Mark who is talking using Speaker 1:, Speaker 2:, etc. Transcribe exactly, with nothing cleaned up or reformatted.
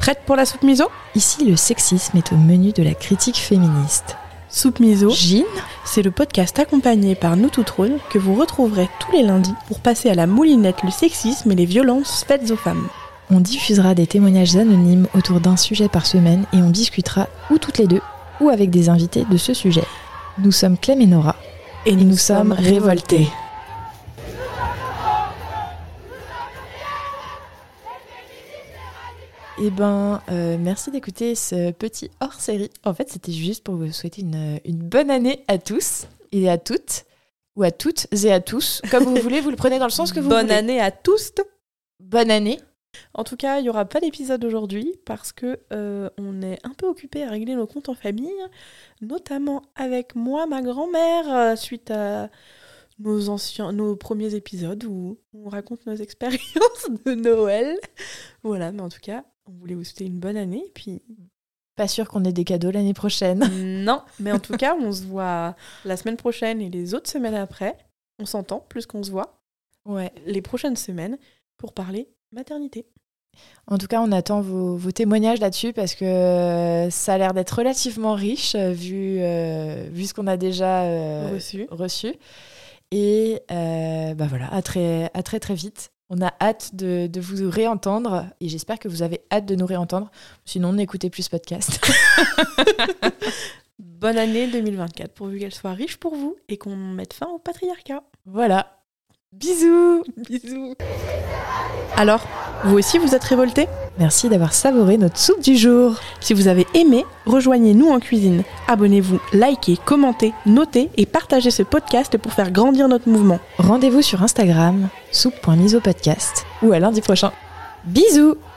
Speaker 1: Prête pour la soupe miso ?
Speaker 2: Ici, le sexisme est au menu de la critique féministe.
Speaker 1: Soupe miso,
Speaker 2: Gine,
Speaker 1: c'est le podcast accompagné par nous toutes rôles que vous retrouverez tous les lundis pour passer à la moulinette le sexisme et les violences faites aux femmes.
Speaker 2: on diffusera des témoignages anonymes autour d'un sujet par semaine et on discutera ou toutes les deux ou avec des invités de ce sujet. Nous sommes Clem et Nora
Speaker 1: Et,
Speaker 2: et nous sommes révoltés. Eh ben, euh, merci d'écouter ce petit hors-série. En fait, c'était juste pour vous souhaiter une, une bonne année à tous et à toutes, ou à toutes et à tous, comme vous voulez, vous le prenez dans le sens que vous
Speaker 1: Bonne
Speaker 2: voulez.
Speaker 1: année à tous.
Speaker 2: Bonne année.
Speaker 1: En tout cas, il n'y aura pas d'épisode aujourd'hui parce que euh, on est un peu occupé à régler nos comptes en famille, notamment avec moi, ma grand-mère, euh, suite à nos anciens, nos premiers épisodes où on raconte nos expériences de Noël. Voilà, mais en tout cas, on voulait vous souhaiter une bonne année. Puis
Speaker 2: Pas sûr qu'on ait des cadeaux l'année prochaine.
Speaker 1: non, mais en tout cas, on se voit la semaine prochaine et les autres semaines après. On s'entend plus qu'on se voit
Speaker 2: Ouais.
Speaker 1: les prochaines semaines pour parler maternité.
Speaker 2: En tout cas, on attend vos, vos témoignages là-dessus parce que ça a l'air d'être relativement riche euh, vu, euh, vu ce qu'on a déjà euh,
Speaker 1: Reçu.
Speaker 2: reçu. Et euh, bah voilà, à très, à très très vite. On a hâte de, de vous réentendre et j'espère que vous avez hâte de nous réentendre. Sinon, n'écoutez plus ce podcast.
Speaker 1: Bonne année deux mille vingt-quatre, pourvu qu'elle soit riche pour vous et qu'on mette fin au patriarcat.
Speaker 2: Voilà. Bisous.
Speaker 1: Bisous. Alors, vous aussi vous êtes révoltés ?
Speaker 2: Merci d'avoir savouré notre soupe du jour.
Speaker 1: Si vous avez aimé, rejoignez-nous en cuisine. Abonnez-vous, likez, commentez, notez et partagez ce podcast pour faire grandir notre mouvement.
Speaker 2: Rendez-vous sur Instagram, soupe point miso podcast ou à lundi prochain. Bisous.